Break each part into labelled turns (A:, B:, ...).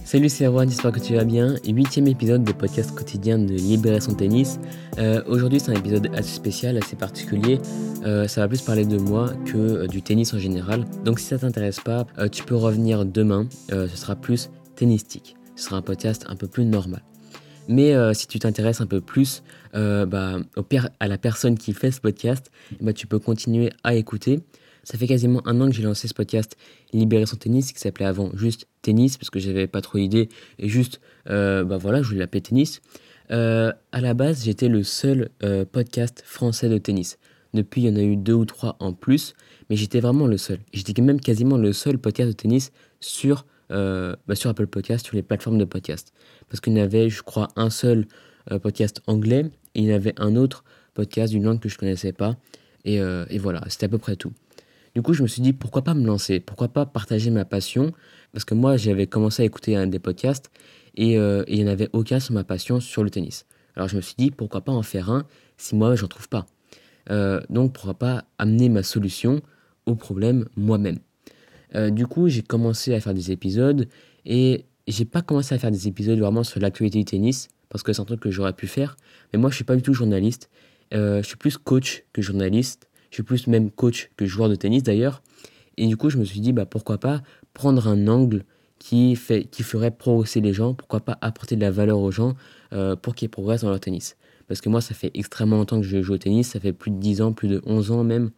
A: Salut, c'est Erwan, j'espère que tu vas bien. 8e épisode de podcast quotidien de Libérer son tennis. Aujourd'hui, c'est un épisode assez spécial, assez particulier. Ça va plus parler de moi que du tennis en général. Donc si ça t'intéresse pas, tu peux revenir demain. Ce sera plus tennistique. Ce sera un podcast un peu plus normal. Mais si tu t'intéresses un peu plus à la personne qui fait ce podcast, tu peux continuer à écouter. Ça fait quasiment 1 an que j'ai lancé ce podcast Libérer son tennis, qui s'appelait avant juste tennis, parce que j'avais pas trop d'idées, et juste, je voulais l'appeler tennis. À la base, j'étais le seul podcast français de tennis. Depuis, il y en a eu 2 ou 3 en plus, mais j'étais vraiment le seul. J'étais même quasiment le seul podcast de tennis sur Apple Podcast, sur les plateformes de podcast. Parce qu'il y en avait, je crois, un seul podcast anglais, et il y en avait un autre podcast d'une langue que je connaissais pas. Et voilà, c'était à peu près tout. Du coup, je me suis dit, pourquoi pas me lancer? Pourquoi pas partager ma passion? Parce que moi, j'avais commencé à écouter des podcasts et il n'y en avait aucun sur ma passion sur le tennis. Alors, je me suis dit, pourquoi pas en faire un si moi, j'en trouve pas? Donc, pourquoi pas amener ma solution au problème moi-même? Du coup, j'ai commencé à faire des épisodes et j'ai pas commencé à faire des épisodes vraiment sur l'actualité du tennis parce que c'est un truc que j'aurais pu faire. Mais moi, je suis pas du tout journaliste. Je suis plus coach que journaliste. Je suis plus même coach que joueur de tennis d'ailleurs. Et du coup, je me suis dit, pourquoi pas prendre un angle qui ferait progresser les gens, pourquoi pas apporter de la valeur aux gens pour qu'ils progressent dans leur tennis. Parce que moi, ça fait extrêmement longtemps que je joue au tennis, ça fait plus de 10 ans, plus de 11 ans même.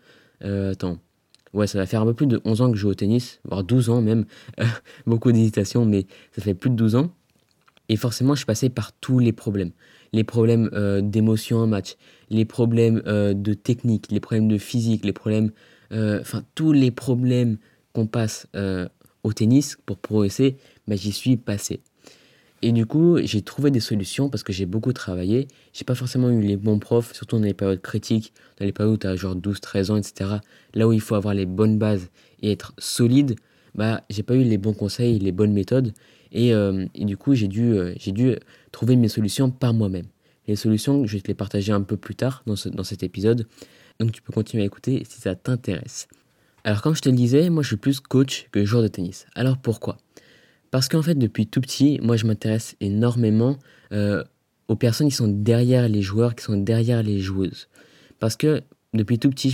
A: Ouais, ça va faire un peu plus de 11 ans que je joue au tennis, voire 12 ans même. Beaucoup d'hésitation, mais ça fait plus de 12 ans. Et forcément, je suis passé par tous les problèmes. Les problèmes d'émotion en match, les problèmes de technique, les problèmes de physique, les problèmes... tous les problèmes qu'on passe au tennis pour progresser, j'y suis passé. Et du coup, j'ai trouvé des solutions parce que j'ai beaucoup travaillé. J'ai pas forcément eu les bons profs, surtout dans les périodes critiques, dans les périodes où tu as genre 12-13 ans, etc. Là où il faut avoir les bonnes bases et être solide, j'ai pas eu les bons conseils, les bonnes méthodes. Et du coup, j'ai dû trouver mes solutions par moi-même. Les solutions, je vais te les partager un peu plus tard dans cet épisode. Donc tu peux continuer à écouter si ça t'intéresse. Alors comme je te le disais, moi je suis plus coach que joueur de tennis. Alors pourquoi ? Parce qu'en fait, depuis tout petit, moi, je m'intéresse énormément aux personnes qui sont derrière les joueurs, qui sont derrière les joueuses. Parce que depuis tout petit,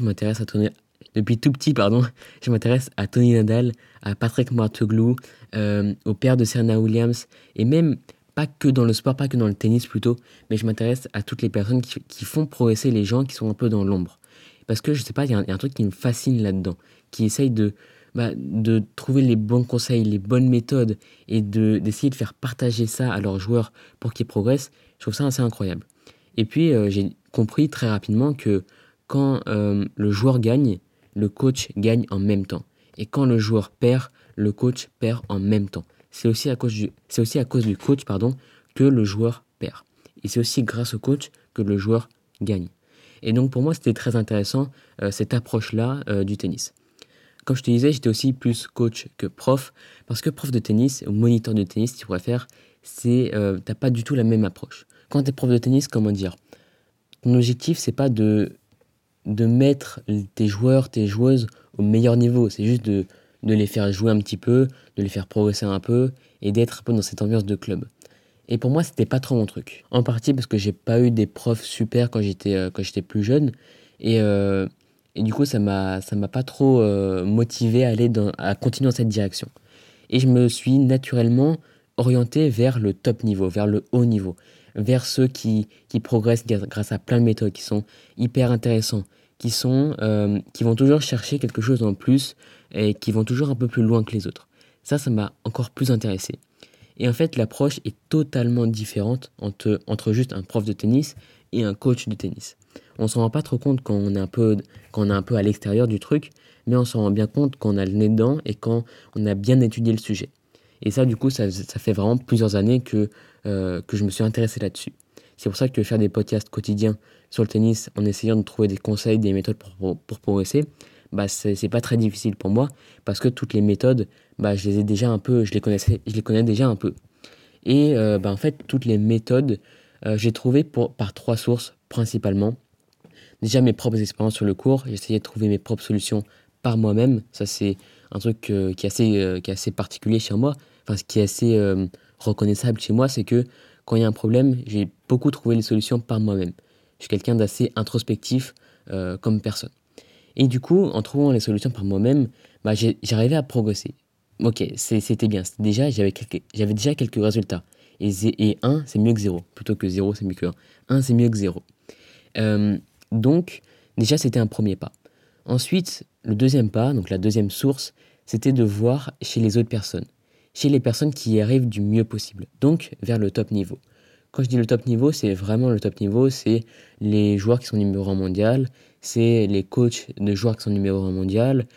A: je m'intéresse à Tony Nadal, à Patrick Mouratoglou, au père de Serena Williams, et même pas que dans le sport, pas que dans le tennis plutôt, mais je m'intéresse à toutes les personnes qui font progresser les gens qui sont un peu dans l'ombre. Parce que je sais pas, il y a un truc qui me fascine là-dedans, qui essaye de trouver les bons conseils, les bonnes méthodes et d'essayer de faire partager ça à leurs joueurs pour qu'ils progressent. Je trouve ça assez incroyable. Et puis, j'ai compris très rapidement que quand le joueur gagne, le coach gagne en même temps. Et quand le joueur perd, le coach perd en même temps. C'est aussi à cause du coach, que le joueur perd. Et c'est aussi grâce au coach que le joueur gagne. Et donc pour moi, c'était très intéressant, cette approche-là du tennis. Comme je te disais, j'étais aussi plus coach que prof, parce que prof de tennis, ou moniteur de tennis, si tu préfères, t'as pas du tout la même approche. Quand tu es prof de tennis, comment dire, ton objectif, c'est pas de mettre tes joueurs, tes joueuses au meilleur niveau, c'est juste de les faire jouer un petit peu, de les faire progresser un peu, et d'être un peu dans cette ambiance de club. Et pour moi, c'était pas trop mon truc. En partie parce que j'ai pas eu des profs super quand j'étais plus jeune. Et du coup, ça m'a pas trop motivé à continuer dans cette direction. Et je me suis naturellement orienté vers le top niveau, vers le haut niveau, vers ceux qui progressent grâce à plein de méthodes, qui sont hyper intéressants, qui vont toujours chercher quelque chose en plus et qui vont toujours un peu plus loin que les autres. Ça m'a encore plus intéressé. Et en fait, l'approche est totalement différente entre juste un prof de tennis et un coach de tennis. On s'en rend pas trop compte quand on est un peu à l'extérieur du truc, mais on s'en rend bien compte quand on a le nez dedans et quand on a bien étudié le sujet. Et ça, du coup, ça fait vraiment plusieurs années que je me suis intéressé là-dessus. C'est pour ça que faire des podcasts quotidiens sur le tennis en essayant de trouver des conseils, des méthodes pour progresser, c'est pas très difficile pour moi parce que toutes les méthodes, je les ai déjà un peu, je les connais déjà un peu. Et en fait, toutes les méthodes, j'ai trouvé par 3 sources principalement. Déjà mes propres expériences sur le cours, j'ai essayé de trouver mes propres solutions par moi-même. Ça c'est un truc qui est assez particulier chez moi, enfin, ce qui est assez reconnaissable chez moi, c'est que quand il y a un problème, j'ai beaucoup trouvé les solutions par moi-même. Je suis quelqu'un d'assez introspectif comme personne. Et du coup, en trouvant les solutions par moi-même, j'arrivais à progresser. Ok, c'était bien. J'avais déjà quelques résultats. Et 1, c'est mieux que 0. Plutôt que 0, c'est mieux que 1. 1, c'est mieux que 0. Donc, déjà, c'était un premier pas. Ensuite, le deuxième pas, donc la deuxième source, c'était de voir chez les autres personnes. Chez les personnes qui y arrivent du mieux possible. Donc, vers le top niveau. Quand je dis le top niveau, c'est vraiment le top niveau, c'est les joueurs qui sont numéro 1 mondial, c'est les coachs de joueurs qui sont numéro 1 mondial,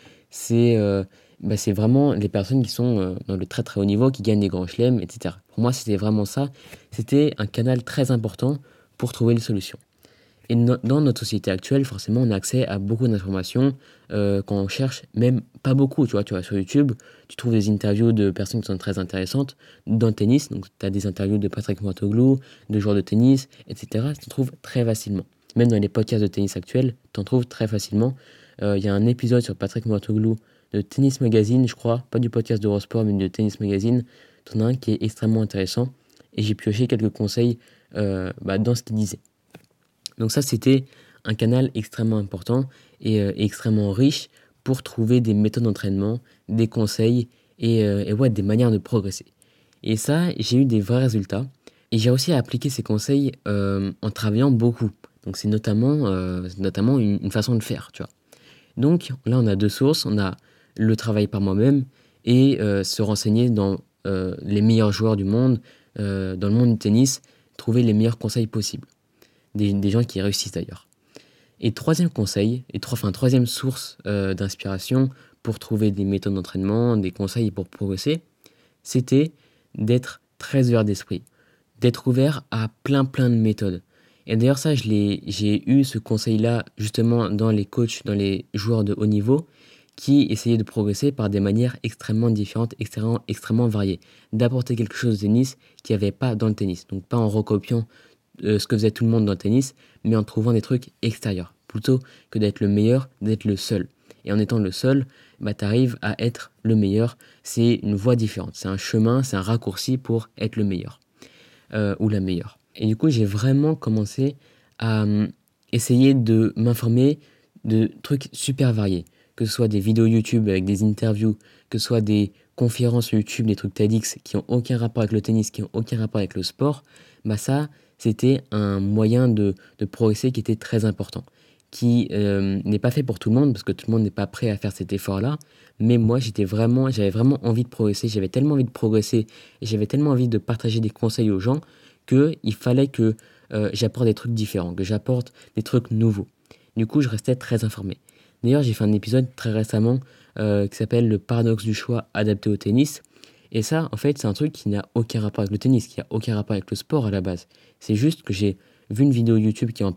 A: c'est vraiment les personnes qui sont dans le très très haut niveau, qui gagnent des grands chelems, etc. Pour moi, c'était vraiment ça. C'était un canal très important pour trouver les solutions. Et dans notre société actuelle, forcément, on a accès à beaucoup d'informations quand on cherche, même pas beaucoup, tu vois, sur YouTube, tu trouves des interviews de personnes qui sont très intéressantes dans le tennis, donc tu as des interviews de Patrick Mouratoglou, de joueurs de tennis, etc. Tu trouves très facilement. Même dans les podcasts de tennis actuels, tu en trouves très facilement. Il y a un épisode sur Patrick Mouratoglou de Tennis Magazine, je crois, pas du podcast d'Eurosport, mais de Tennis Magazine. T'en as un qui est extrêmement intéressant, et j'ai pioché quelques conseils dans ce qu'il disait. Donc ça, c'était un canal extrêmement important et extrêmement riche pour trouver des méthodes d'entraînement, des conseils et des manières de progresser. Et ça, j'ai eu des vrais résultats. Et j'ai réussi à appliquer ces conseils en travaillant beaucoup. Donc c'est notamment une façon de faire, tu vois. Donc là, on a deux sources. On a le travail par moi-même et se renseigner dans les meilleurs joueurs du monde, dans le monde du tennis, trouver les meilleurs conseils possibles. Des gens qui réussissent d'ailleurs. Et troisième conseil, troisième source d'inspiration pour trouver des méthodes d'entraînement, des conseils pour progresser, c'était d'être très ouvert d'esprit, d'être ouvert à plein de méthodes. Et d'ailleurs ça, j'ai eu ce conseil-là justement dans les coachs, dans les joueurs de haut niveau, qui essayaient de progresser par des manières extrêmement différentes, extrêmement variées, d'apporter quelque chose au tennis qu'il n'y avait pas dans le tennis. Donc pas en recopiant ce que faisait tout le monde dans le tennis, mais en trouvant des trucs extérieurs, plutôt que d'être le meilleur, d'être le seul. Et en étant le seul, tu arrives à être le meilleur. C'est une voie différente, c'est un chemin, c'est un raccourci pour être le meilleur, ou la meilleure. Et du coup, j'ai vraiment commencé à essayer de m'informer de trucs super variés, que ce soit des vidéos YouTube avec des interviews, que ce soit des conférences YouTube, des trucs TEDx qui n'ont aucun rapport avec le tennis, qui n'ont aucun rapport avec le sport, ça, c'était un moyen de progresser qui était très important, qui n'est pas fait pour tout le monde, parce que tout le monde n'est pas prêt à faire cet effort-là, mais moi, j'avais vraiment envie de progresser, j'avais tellement envie de progresser, et j'avais tellement envie de partager des conseils aux gens, qu'il fallait que j'apporte des trucs différents, que j'apporte des trucs nouveaux. Du coup, je restais très informé. D'ailleurs, j'ai fait un épisode très récemment qui s'appelle « Le paradoxe du choix adapté au tennis ». Et ça, en fait, c'est un truc qui n'a aucun rapport avec le tennis, qui n'a aucun rapport avec le sport à la base. C'est juste que j'ai vu une vidéo YouTube qui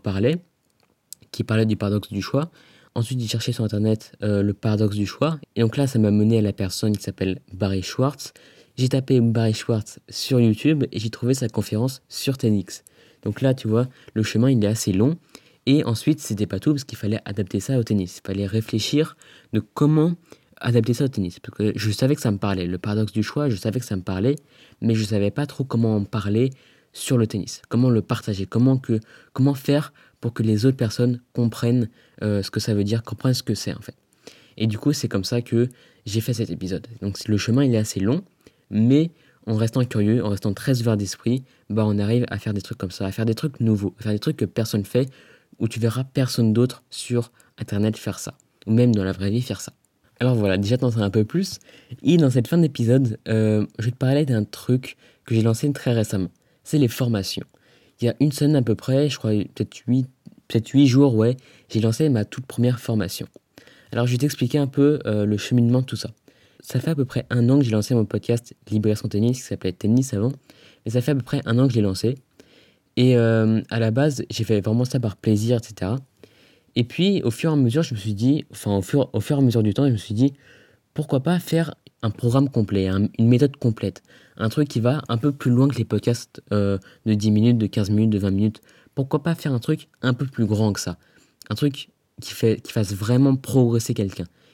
A: parlait du paradoxe du choix. Ensuite, j'ai cherché sur Internet le paradoxe du choix. Et donc là, ça m'a mené à la personne qui s'appelle Barry Schwartz. J'ai tapé Barry Schwartz sur YouTube et j'ai trouvé sa conférence sur TEDx. Donc là, tu vois, le chemin, il est assez long. Et ensuite, c'était pas tout parce qu'il fallait adapter ça au tennis. Il fallait réfléchir de comment adapter ça au tennis. Parce que je savais que ça me parlait. Le paradoxe du choix, je savais que ça me parlait, mais je savais pas trop comment en parler sur le tennis. Comment le partager. Comment faire pour que les autres personnes comprennent ce que ça veut dire, comprennent ce que c'est en fait. Et du coup, c'est comme ça que j'ai fait cet épisode. Donc le chemin, il est assez long, mais en restant curieux, en restant très ouvert d'esprit, on arrive à faire des trucs comme ça, à faire des trucs nouveaux, à faire des trucs que personne fait, où tu verras personne d'autre sur Internet faire ça, ou même dans la vraie vie faire ça. Alors voilà, déjà t'en sais un peu plus, et dans cette fin d'épisode, je vais te parler d'un truc que j'ai lancé très récemment, c'est les formations. Il y a une semaine à peu près, je crois peut-être 8 jours, ouais, j'ai lancé ma toute première formation. Alors je vais t'expliquer un peu le cheminement de tout ça. Ça fait à peu près 1 an que j'ai lancé mon podcast Libération Tennis, qui s'appelait Tennis avant, mais ça fait à peu près 1 an que je l'ai lancé. Et à la base, j'ai fait vraiment ça par plaisir, etc. Et puis, au fur et à mesure, je me suis dit, au fur et à mesure du temps, je me suis dit, pourquoi pas faire un programme complet, une méthode complète. Un truc qui va un peu plus loin que les podcasts de 10 minutes, de 15 minutes, de 20 minutes. Pourquoi pas faire un truc un peu plus grand que ça. Un truc qui fasse vraiment progresser quelqu'un.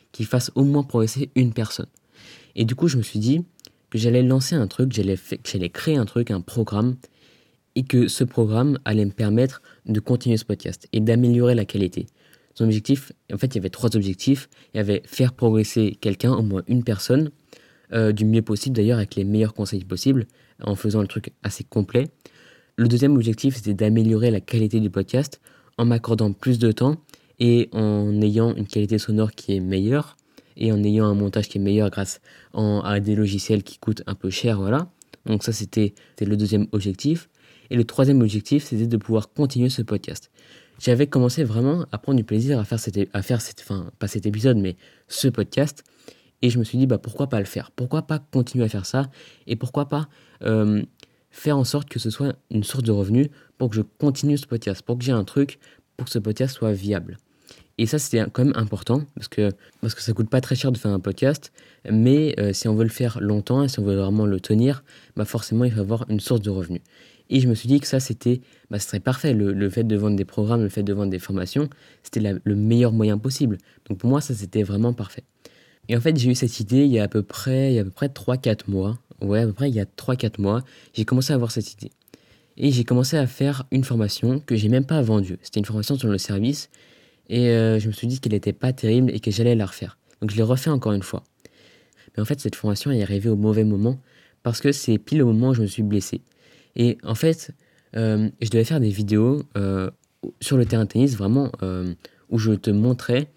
A: qui fasse au moins progresser une personne. Et du coup, je me suis dit que j'allais lancer un truc, que j'allais créer un truc, un programme, et que ce programme allait me permettre de continuer ce podcast et d'améliorer la qualité. Son objectif, en fait, il y avait 3 objectifs. Il y avait faire progresser quelqu'un, au moins une personne, du mieux possible d'ailleurs, avec les meilleurs conseils possibles, en faisant le truc assez complet. Le deuxième objectif, c'était d'améliorer la qualité du podcast en m'accordant plus de temps et en ayant une qualité sonore qui est meilleure et en ayant un montage qui est meilleur grâce à des logiciels qui coûtent un peu cher, voilà. Donc ça, c'était le deuxième objectif. Et le troisième objectif, c'était de pouvoir continuer ce podcast. J'avais commencé vraiment à prendre du plaisir à faire pas cet épisode, mais ce podcast. Et je me suis dit, pourquoi pas le faire? Pourquoi pas continuer à faire ça? Et pourquoi pas faire en sorte que ce soit une source de revenus pour que je continue ce podcast, pour que j'ai un truc, pour que ce podcast soit viable. Et ça, c'était quand même important, parce que ça coûte pas très cher de faire un podcast, mais si on veut le faire longtemps, et si on veut vraiment le tenir, forcément, il faut avoir une source de revenus. Et je me suis dit que ça, ce serait parfait. Le fait de vendre des programmes, le fait de vendre des formations, c'était le meilleur moyen possible. Donc pour moi, ça, c'était vraiment parfait. Et en fait, j'ai eu cette idée il y a à peu près 3-4 mois. Ouais, à peu près il y a 3-4 mois, j'ai commencé à avoir cette idée. Et j'ai commencé à faire une formation que j'ai même pas vendue. C'était une formation sur le service. Et je me suis dit qu'elle n'était pas terrible et que j'allais la refaire. Donc je l'ai refait encore une fois. Mais en fait, cette formation est arrivée au mauvais moment parce que c'est pile au moment où je me suis blessé. Et en fait, je devais faire des vidéos sur le terrain de tennis, vraiment, où je te montrais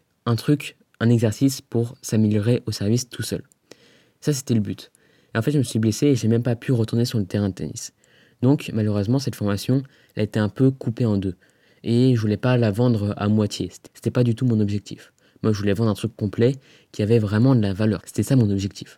A: un exercice pour s'améliorer au service tout seul. Ça, c'était le but. Et en fait, je me suis blessé et j'ai même pas pu retourner sur le terrain de tennis. Donc, malheureusement, cette formation, elle a été un peu coupée en deux. Et je voulais pas la vendre à moitié. C'était pas du tout mon objectif. Moi, je voulais vendre un truc complet qui avait vraiment de la valeur. C'était ça mon objectif.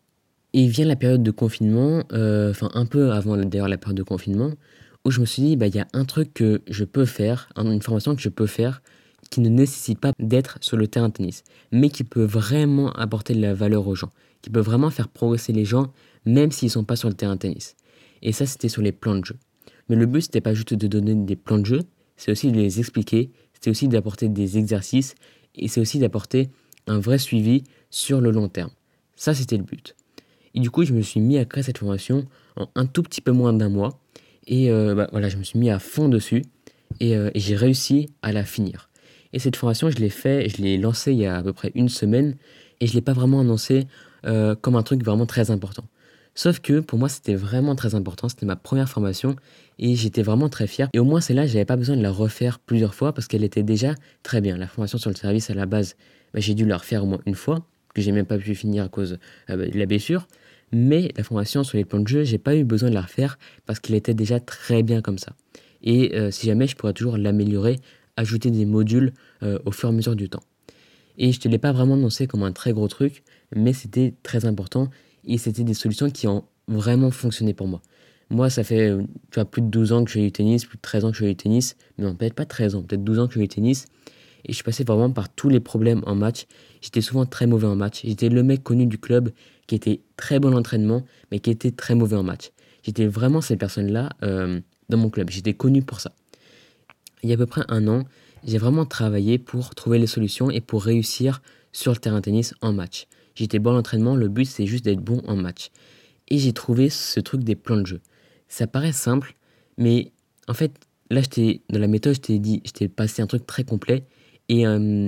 A: Et vient la période de confinement, un peu avant d'ailleurs la période de confinement, où je me suis dit, il y a un truc que je peux faire, une formation que je peux faire, qui ne nécessite pas d'être sur le terrain de tennis, mais qui peut vraiment apporter de la valeur aux gens, qui peut vraiment faire progresser les gens, même s'ils ne sont pas sur le terrain de tennis. Et ça, c'était sur les plans de jeu. Mais le but, c'était pas juste de donner des plans de jeu, c'est aussi de les expliquer, c'est aussi d'apporter des exercices, et c'est aussi d'apporter un vrai suivi sur le long terme. Ça, c'était le but. Et du coup, je me suis mis à créer cette formation en un tout petit peu moins d'un mois. Et je me suis mis à fond dessus, et j'ai réussi à la finir. Et cette formation, je l'ai lancée il y a à peu près une semaine, et je ne l'ai pas vraiment annoncée comme un truc vraiment très important. Sauf que pour moi, c'était vraiment très important, c'était ma première formation, et j'étais vraiment très fier. Et au moins, celle-là, je n'avais pas besoin de la refaire plusieurs fois, parce qu'elle était déjà très bien. La formation sur le service, à la base, j'ai dû la refaire au moins une fois, que j'ai même pas pu finir à cause de la blessure. Mais la formation sur les plans de jeu, j'ai pas eu besoin de la refaire, parce qu'elle était déjà très bien comme ça. Et si jamais, je pourrais toujours l'améliorer, ajouter des modules au fur et à mesure du temps. Et je ne te l'ai pas vraiment annoncé comme un très gros truc, mais c'était très important et c'était des solutions qui ont vraiment fonctionné pour moi. Moi, ça fait plus de 12 ans que je fais du tennis, plus de 13 ans que je fais du tennis, mais non, peut-être pas 13 ans, peut-être 12 ans que je fais du tennis. Et je suis passé vraiment par tous les problèmes en match. J'étais souvent très mauvais en match. J'étais le mec connu du club qui était très bon en entraînement, mais qui était très mauvais en match. J'étais vraiment cette personne-là dans mon club. J'étais connu pour ça. Il y a à peu près un an, j'ai vraiment travaillé pour trouver les solutions et pour réussir sur le terrain de tennis en match. J'étais bon en entraînement, le but c'est juste d'être bon en match. Et j'ai trouvé ce truc des plans de jeu. Ça paraît simple, mais en fait, là, dans la méthode, je t'ai passé un truc très complet. Et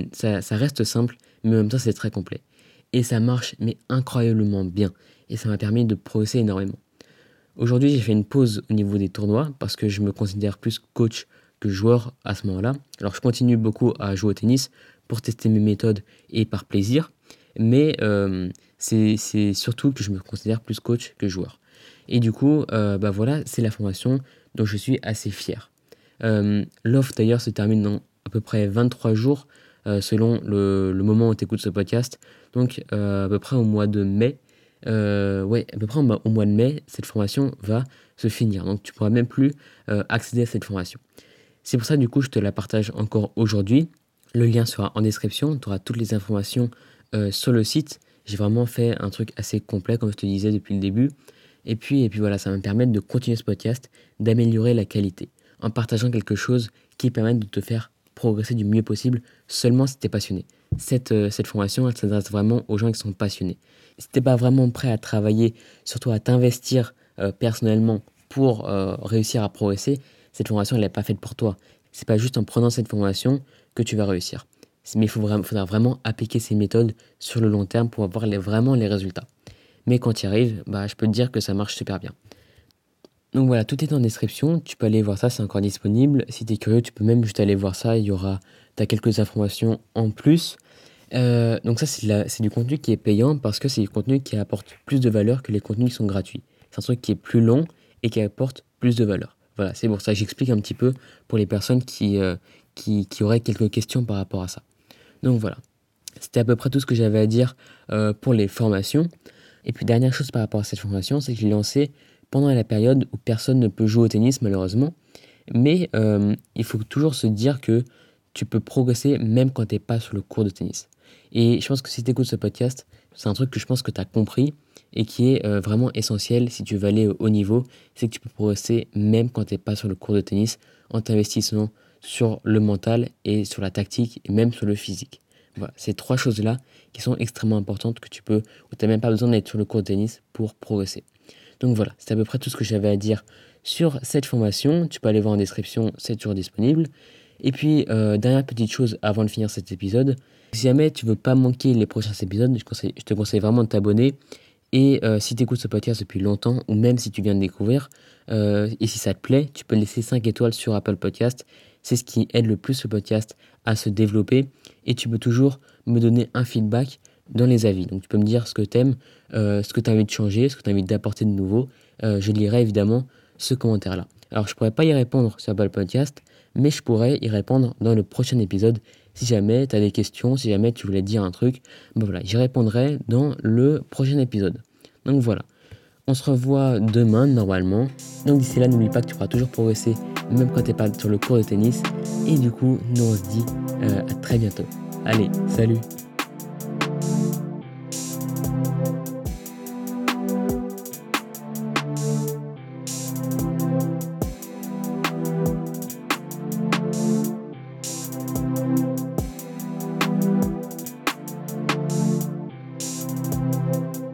A: ça reste simple, mais en même temps, c'est très complet. Et ça marche, mais incroyablement bien. Et ça m'a permis de progresser énormément. Aujourd'hui, j'ai fait une pause au niveau des tournois parce que je me considère plus coach que joueur à ce moment-là. Alors, je continue beaucoup à jouer au tennis pour tester mes méthodes et par plaisir, mais c'est surtout que je me considère plus coach que joueur. Et du coup, voilà, c'est la formation dont je suis assez fier. L'offre d'ailleurs se termine dans à peu près 23 jours selon le moment où tu écoutes ce podcast. Donc, à peu près au mois de mai. À peu près au mois de mai, cette formation va se finir. Donc, tu pourras même plus accéder à cette formation. C'est pour ça, du coup, je te la partage encore aujourd'hui. Le lien sera en description. Tu auras toutes les informations sur le site. J'ai vraiment fait un truc assez complet, comme je te disais depuis le début. Et puis voilà, ça va me permettre de continuer ce podcast, d'améliorer la qualité, en partageant quelque chose qui permette de te faire progresser du mieux possible, seulement si tu es passionné. cette formation, elle s'adresse vraiment aux gens qui sont passionnés. Si t'es pas vraiment prêt à travailler, surtout à t'investir personnellement pour réussir à progresser, cette formation, elle n'est pas faite pour toi. C'est pas juste en prenant cette formation que tu vas réussir. Mais il faudra vraiment appliquer ces méthodes sur le long terme pour avoir vraiment les résultats. Mais quand tu y arrives, je peux te dire que ça marche super bien. Donc voilà, tout est en description, tu peux aller voir ça, c'est encore disponible. Si tu es curieux, tu peux même juste aller voir ça, tu as quelques informations en plus. Donc ça, c'est du contenu qui est payant parce que c'est du contenu qui apporte plus de valeur que les contenus qui sont gratuits. C'est un truc qui est plus long et qui apporte plus de valeur. Voilà, c'est pour ça que j'explique un petit peu pour les personnes qui auraient quelques questions par rapport à ça. Donc voilà, c'était à peu près tout ce que j'avais à dire pour les formations. Et puis dernière chose par rapport à cette formation, c'est que je l'ai lancée pendant la période où personne ne peut jouer au tennis malheureusement. Mais il faut toujours se dire que tu peux progresser même quand tu n'es pas sur le court de tennis. Et je pense que si tu écoutes ce podcast, c'est un truc que je pense que tu as compris et qui est vraiment essentiel si tu veux aller au haut niveau, c'est que tu peux progresser même quand tu n'es pas sur le court de tennis en t'investissant sur le mental et sur la tactique et même sur le physique. Voilà, ces trois choses-là qui sont extrêmement importantes où tu n'as même pas besoin d'être sur le court de tennis pour progresser. Donc voilà, c'est à peu près tout ce que j'avais à dire sur cette formation. Tu peux aller voir en description, c'est toujours disponible. Et puis, dernière petite chose avant de finir cet épisode, si jamais tu veux pas manquer les prochains épisodes, je te conseille vraiment de t'abonner. Et si tu écoutes ce podcast depuis longtemps, ou même si tu viens de découvrir, et si ça te plaît, tu peux laisser 5 étoiles sur Apple Podcast. C'est ce qui aide le plus le podcast à se développer. Et tu peux toujours me donner un feedback dans les avis. Donc tu peux me dire ce que tu aimes, ce que tu as envie de changer, ce que tu as envie d'apporter de nouveau. Je lirai évidemment ce commentaire-là. Alors je ne pourrais pas y répondre sur Apple Podcast, mais je pourrais y répondre dans le prochain épisode. Si jamais tu as des questions, si jamais tu voulais dire un truc, voilà, j'y répondrai dans le prochain épisode. Donc voilà, on se revoit demain normalement. Donc d'ici là, n'oublie pas que tu pourras toujours progresser, même quand tu n'es pas sur le court de tennis. Et du coup, nous on se dit à très bientôt. Allez, salut!